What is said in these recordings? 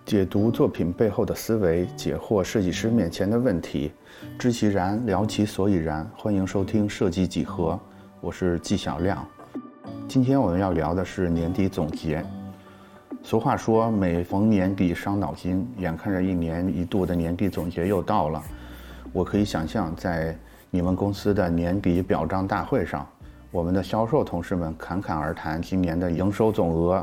解读作品背后的思维，解惑设计师面前的问题，知其然，聊其所以然。欢迎收听设计几何，我是纪晓亮。今天我们要聊的是年底总结。俗话说，每逢年底伤脑筋，眼看着一年一度的年底总结又到了。我可以想象，在你们公司的年底表彰大会上，我们的销售同事们侃侃而谈今年的营收总额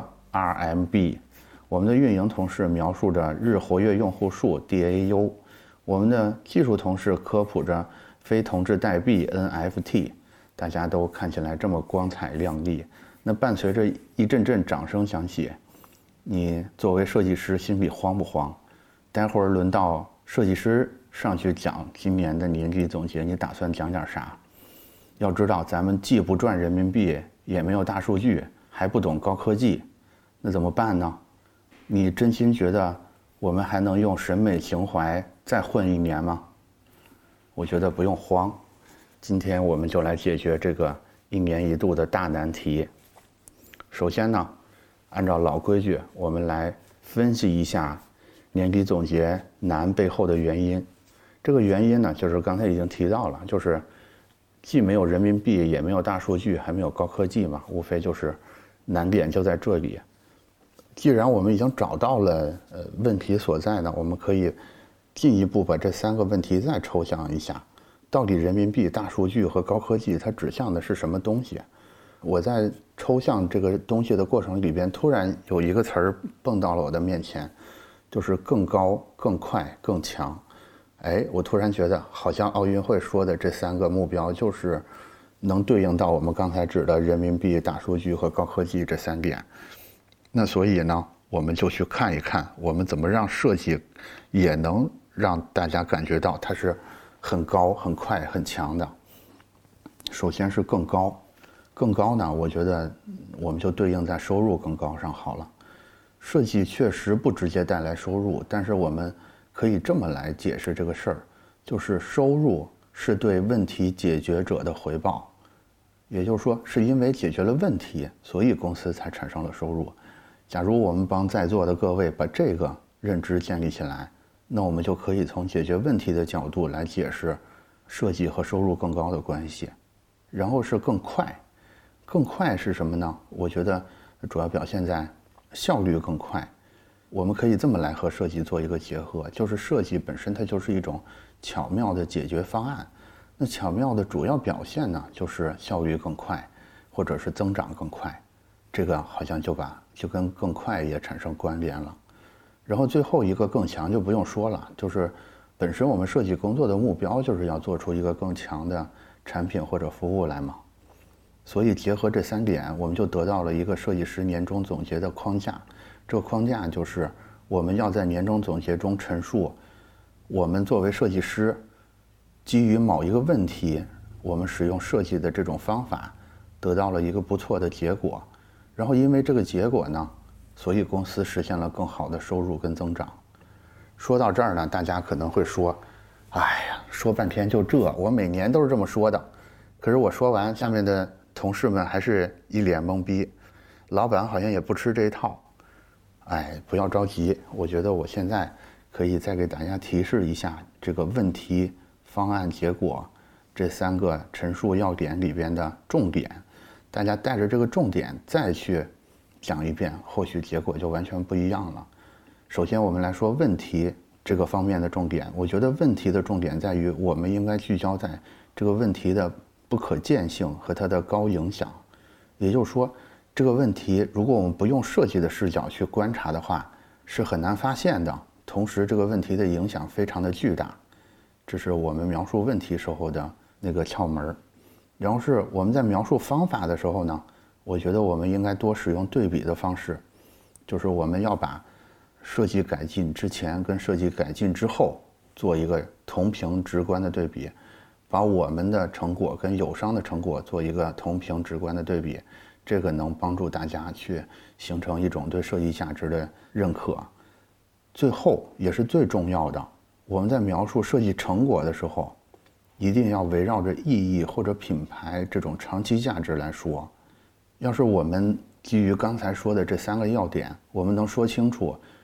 RMB， 我们的运营同事描述着日活跃用户数 DAU， 我们的技术同事科普着非同质代币 NFT， 大家都看起来这么光彩亮丽。那伴随着一阵阵掌声响起，你作为设计师心里慌不慌？待会儿轮到设计师上去讲今年的年底总结，你打算讲点啥？要知道咱们既不赚人民币，也没有大数据，还不懂高科技，那怎么办呢？你真心觉得我们还能用审美情怀再混一年吗？我觉得不用慌，今天我们就来解决这个一年一度的大难题。首先呢，按照老规矩，我们来分析一下年底总结难背后的原因。这个原因呢，就是刚才已经提到了，就是既没有人民币，也没有大数据，还没有高科技嘛，无非就是难点就在这里。既然我们已经找到了问题所在呢，我们可以进一步把这三个问题再抽象一下，到底人民币、大数据和高科技它指向的是什么东西？我在抽象这个东西的过程里边，突然有一个词儿蹦到了我的面前，就是更高、更快、更强。我突然觉得好像奥运会说的这三个目标就是能对应到我们刚才指的人民币、大数据和高科技这三点。那所以呢，我们就去看一看，我们怎么让设计也能让大家感觉到它是很高、很快、很强的。首先是更高。更高呢，我觉得我们就对应在收入更高上好了。设计确实不直接带来收入，但是我们可以这么来解释这个事儿，就是收入是对问题解决者的回报，也就是说是因为解决了问题，所以公司才产生了收入。假如我们帮在座的各位把这个认知建立起来，那我们就可以从解决问题的角度来解释设计和收入更高的关系。然后是更快。更快是什么呢？我觉得主要表现在效率更快。我们可以这么来和设计做一个结合，就是设计本身它就是一种巧妙的解决方案。那巧妙的主要表现呢，就是效率更快，或者是增长更快。这个好像就跟更快也产生关联了。然后最后一个更强就不用说了，就是本身我们设计工作的目标就是要做出一个更强的产品或者服务来嘛。所以结合这三点，我们就得到了一个设计师年终总结的框架。这个框架就是我们要在年终总结中陈述，我们作为设计师，基于某一个问题，我们使用设计的这种方法，得到了一个不错的结果。然后因为这个结果呢，所以公司实现了更好的收入跟增长。说到这儿呢，大家可能会说，说半天就这，我每年都是这么说的。可是我说完，下面的同事们还是一脸懵逼，老板好像也不吃这一套。不要着急，我觉得我现在可以再给大家提示一下这个问题、方案、结果这三个陈述要点里边的重点，大家带着这个重点再去讲一遍，或许结果就完全不一样了。首先我们来说问题这个方面的重点，我觉得问题的重点在于我们应该聚焦在这个问题的不可见性和它的高影响。也就是说，这个问题如果我们不用设计的视角去观察的话，是很难发现的。同时这个问题的影响非常的巨大，这是我们描述问题时候的那个窍门。然后是我们在描述方法的时候呢，我觉得我们应该多使用对比的方式，就是我们要把设计改进之前跟设计改进之后做一个同频直观的对比，把我们的成果跟友商的成果做一个同频直观的对比，这个能帮助大家去形成一种对设计价值的认可。最后也是最重要的，我们在描述设计成果的时候，一定要围绕着意义或者品牌这种长期价值来说。要是我们基于刚才说的这三个要点，我们能说清楚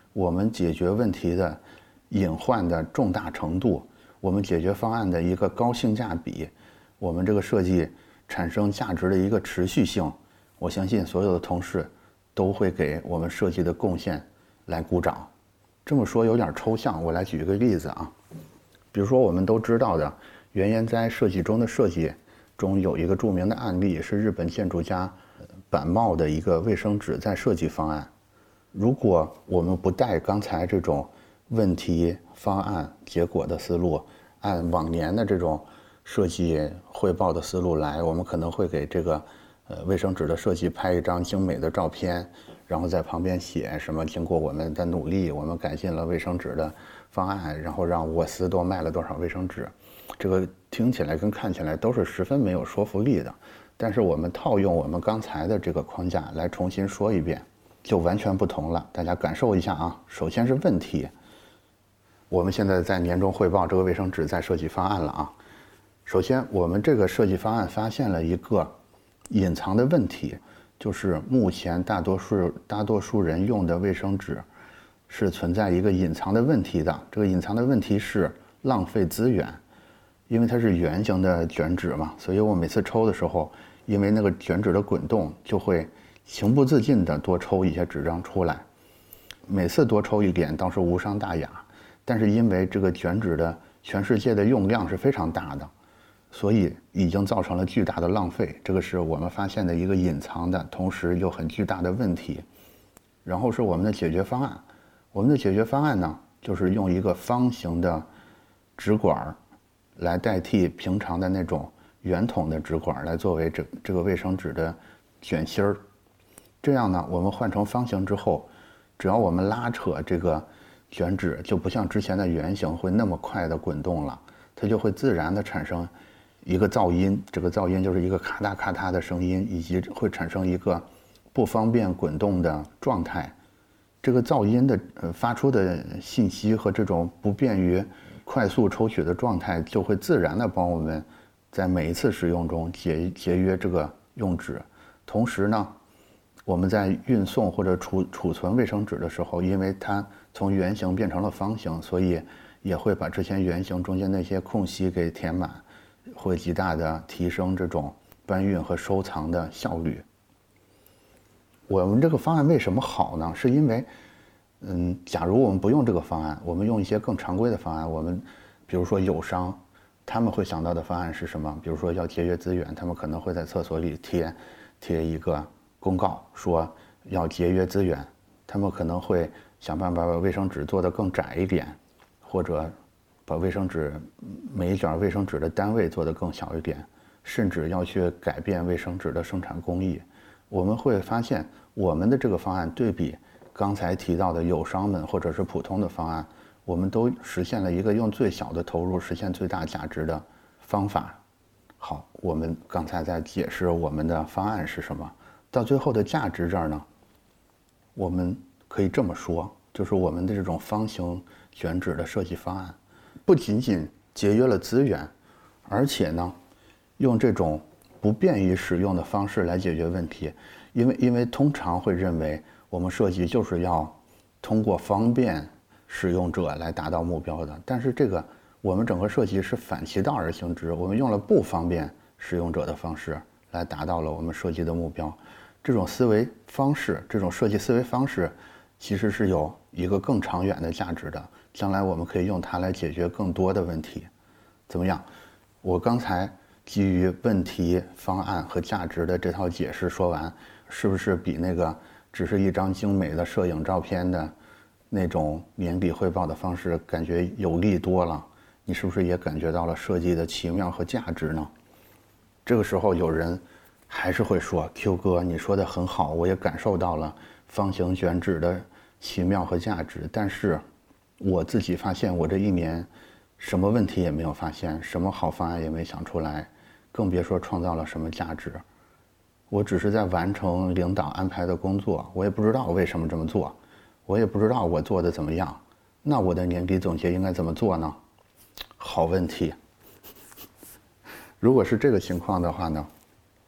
我们解决问题的隐患的重大程度，我们解决方案的一个高性价比，我们这个设计产生价值的一个持续性，我相信所有的同事都会给我们设计的贡献来鼓掌。这么说有点抽象，我来举一个例子啊。比如说我们都知道的原研哉设计中的设计中有一个著名的案例，是日本建筑家板茂的一个卫生纸再设计方案。如果我们不带刚才这种问题、方案、结果的思路，按往年的这种设计汇报的思路来，我们可能会给这个卫生纸的设计拍一张精美的照片，然后在旁边写什么经过我们的努力，我们改进了卫生纸的方案，然后让沃斯多卖了多少卫生纸。这个听起来跟看起来都是十分没有说服力的，但是我们套用我们刚才的这个框架来重新说一遍，就完全不同了。大家感受一下啊。首先是问题，我们现在在年终汇报这个卫生纸再设计方案了啊。首先我们这个设计方案发现了一个隐藏的问题，就是目前大多数人用的卫生纸是存在一个隐藏的问题的。这个隐藏的问题是浪费资源，因为它是圆形的卷纸嘛，所以我每次抽的时候，因为那个卷纸的滚动，就会情不自禁地多抽一些纸张出来。每次多抽一点倒是无伤大雅，但是因为这个卷纸的全世界的用量是非常大的，所以已经造成了巨大的浪费。这个是我们发现的一个隐藏的，同时又很巨大的问题。然后是我们的解决方案。我们的解决方案呢，就是用一个方形的纸管来代替平常的那种圆筒的纸管，来作为这个卫生纸的卷芯儿。这样呢，我们换成方形之后，只要我们拉扯这个卷纸，就不像之前的圆形会那么快的滚动了，它就会自然的产生一个噪音。这个噪音就是一个咔嗒咔嗒的声音，以及会产生一个不方便滚动的状态。这个噪音的发出的信息和这种不便于快速抽取的状态，就会自然的帮我们在每一次使用中节约这个用纸。同时呢，我们在运送或者储存卫生纸的时候，因为它从圆形变成了方形，所以也会把之前圆形中间那些空隙给填满，会极大的提升这种搬运和收藏的效率。我们这个方案为什么好呢？是因为，假如我们不用这个方案，我们用一些更常规的方案，我们比如说友商，他们会想到的方案是什么？比如说要节约资源，他们可能会在厕所里贴一个公告，说要节约资源。他们可能会想办法把卫生纸做得更窄一点，或者把每一卷卫生纸的单位做得更小一点，甚至要去改变卫生纸的生产工艺。我们会发现，我们的这个方案对比刚才提到的友商们或者是普通的方案，我们都实现了一个用最小的投入实现最大价值的方法。好，我们刚才在解释我们的方案是什么，到最后的价值这儿呢，我们可以这么说，就是我们的这种方形卷纸的设计方案，不仅仅节约了资源，而且呢，用这种不便于使用的方式来解决问题。因为通常会认为我们设计就是要通过方便使用者来达到目标的，但是我们整个设计是反其道而行之，我们用了不方便使用者的方式来达到了我们设计的目标。这种思维方式，这种设计思维方式其实是有一个更长远的价值的，将来我们可以用它来解决更多的问题。怎么样？我刚才基于问题、方案和价值的这套解释说完，是不是比那个只是一张精美的摄影照片的那种年底汇报的方式感觉有力多了？你是不是也感觉到了设计的奇妙和价值呢？这个时候有人还是会说 Q 哥，你说的很好，我也感受到了方形卷纸的奇妙和价值，但是我自己发现我这一年什么问题也没有发现，什么好方案也没想出来，更别说创造了什么价值。我只是在完成领导安排的工作，我也不知道为什么这么做，我也不知道我做的怎么样，那我的年底总结应该怎么做呢？好问题。如果是这个情况的话呢，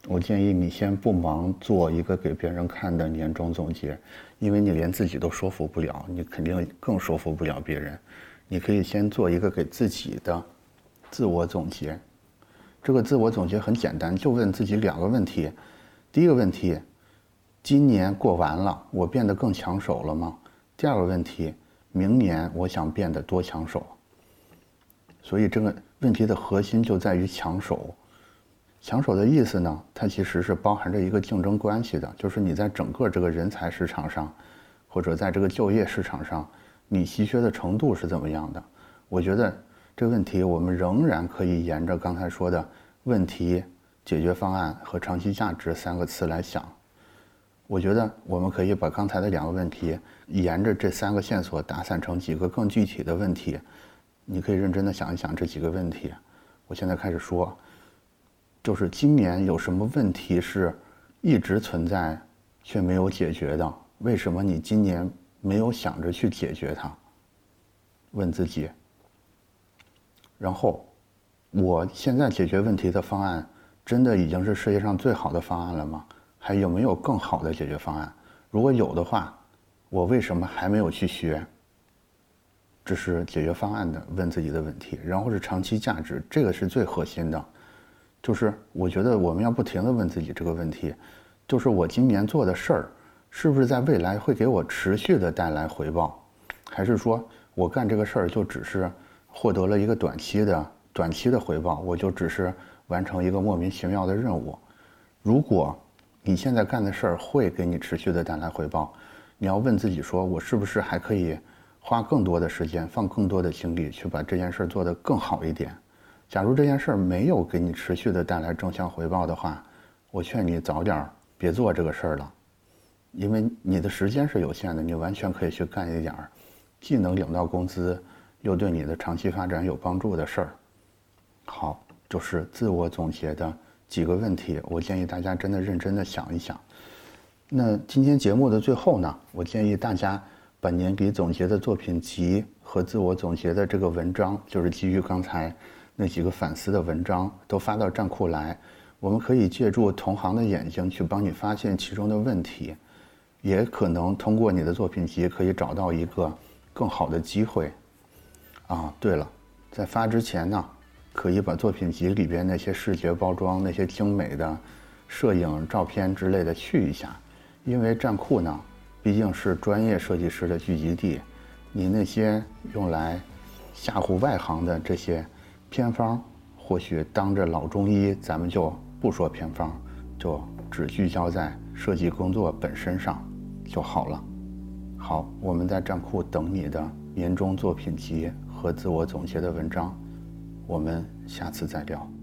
我建议你先不忙做一个给别人看的年终总结，因为你连自己都说服不了，你肯定更说服不了别人。你可以先做一个给自己的自我总结。这个自我总结很简单，就问自己2个问题。第一个问题，今年过完了，我变得更抢手了吗？第二个问题，明年我想变得多抢手？所以这个问题的核心就在于抢手。抢手的意思呢，它其实是包含着一个竞争关系的，就是你在整个这个人才市场上，或者在这个就业市场上，你稀缺的程度是怎么样的。我觉得这个问题我们仍然可以沿着刚才说的问题、解决方案和长期价值3个词来想。我觉得我们可以把刚才的2个问题沿着这3个线索打散成几个更具体的问题。你可以认真的想一想这几个问题。我现在开始说，就是今年有什么问题是一直存在却没有解决的？为什么你今年没有想着去解决它？问自己。然后，我现在解决问题的方案真的已经是世界上最好的方案了吗？还有没有更好的解决方案？如果有的话，我为什么还没有去学？这是解决方案的问自己的问题。然后是长期价值，这个是最核心的。就是我觉得我们要不停地问自己这个问题，就是我今年做的事儿，是不是在未来会给我持续的带来回报？还是说我干这个事儿就只是获得了一个短期的回报，我就只是完成一个莫名其妙的任务？如果你现在干的事儿会给你持续的带来回报，你要问自己说，我是不是还可以花更多的时间，放更多的精力去把这件事做得更好一点？假如这件事没有给你持续的带来正向回报的话，我劝你早点别做这个事儿了，因为你的时间是有限的，你完全可以去干一点既能领到工资，又对你的长期发展有帮助的事儿。好，就是自我总结的几个问题，我建议大家真的认真的想一想。那今天节目的最后呢，我建议大家把年底总结的作品集和自我总结的这个文章，就是基于刚才那几个反思的文章，都发到站库来。我们可以借助同行的眼睛去帮你发现其中的问题，也可能通过你的作品集可以找到一个更好的机会。对了，在发之前呢，可以把作品集里边那些视觉包装、那些精美的摄影、照片之类的去一下，因为站库呢，毕竟是专业设计师的聚集地，你那些用来吓唬外行的这些偏方，或许当着老中医，咱们就不说偏方，就只聚焦在设计工作本身上就好了。好，我们在站库等你的年终作品集和自我总结的文章，我们下次再聊。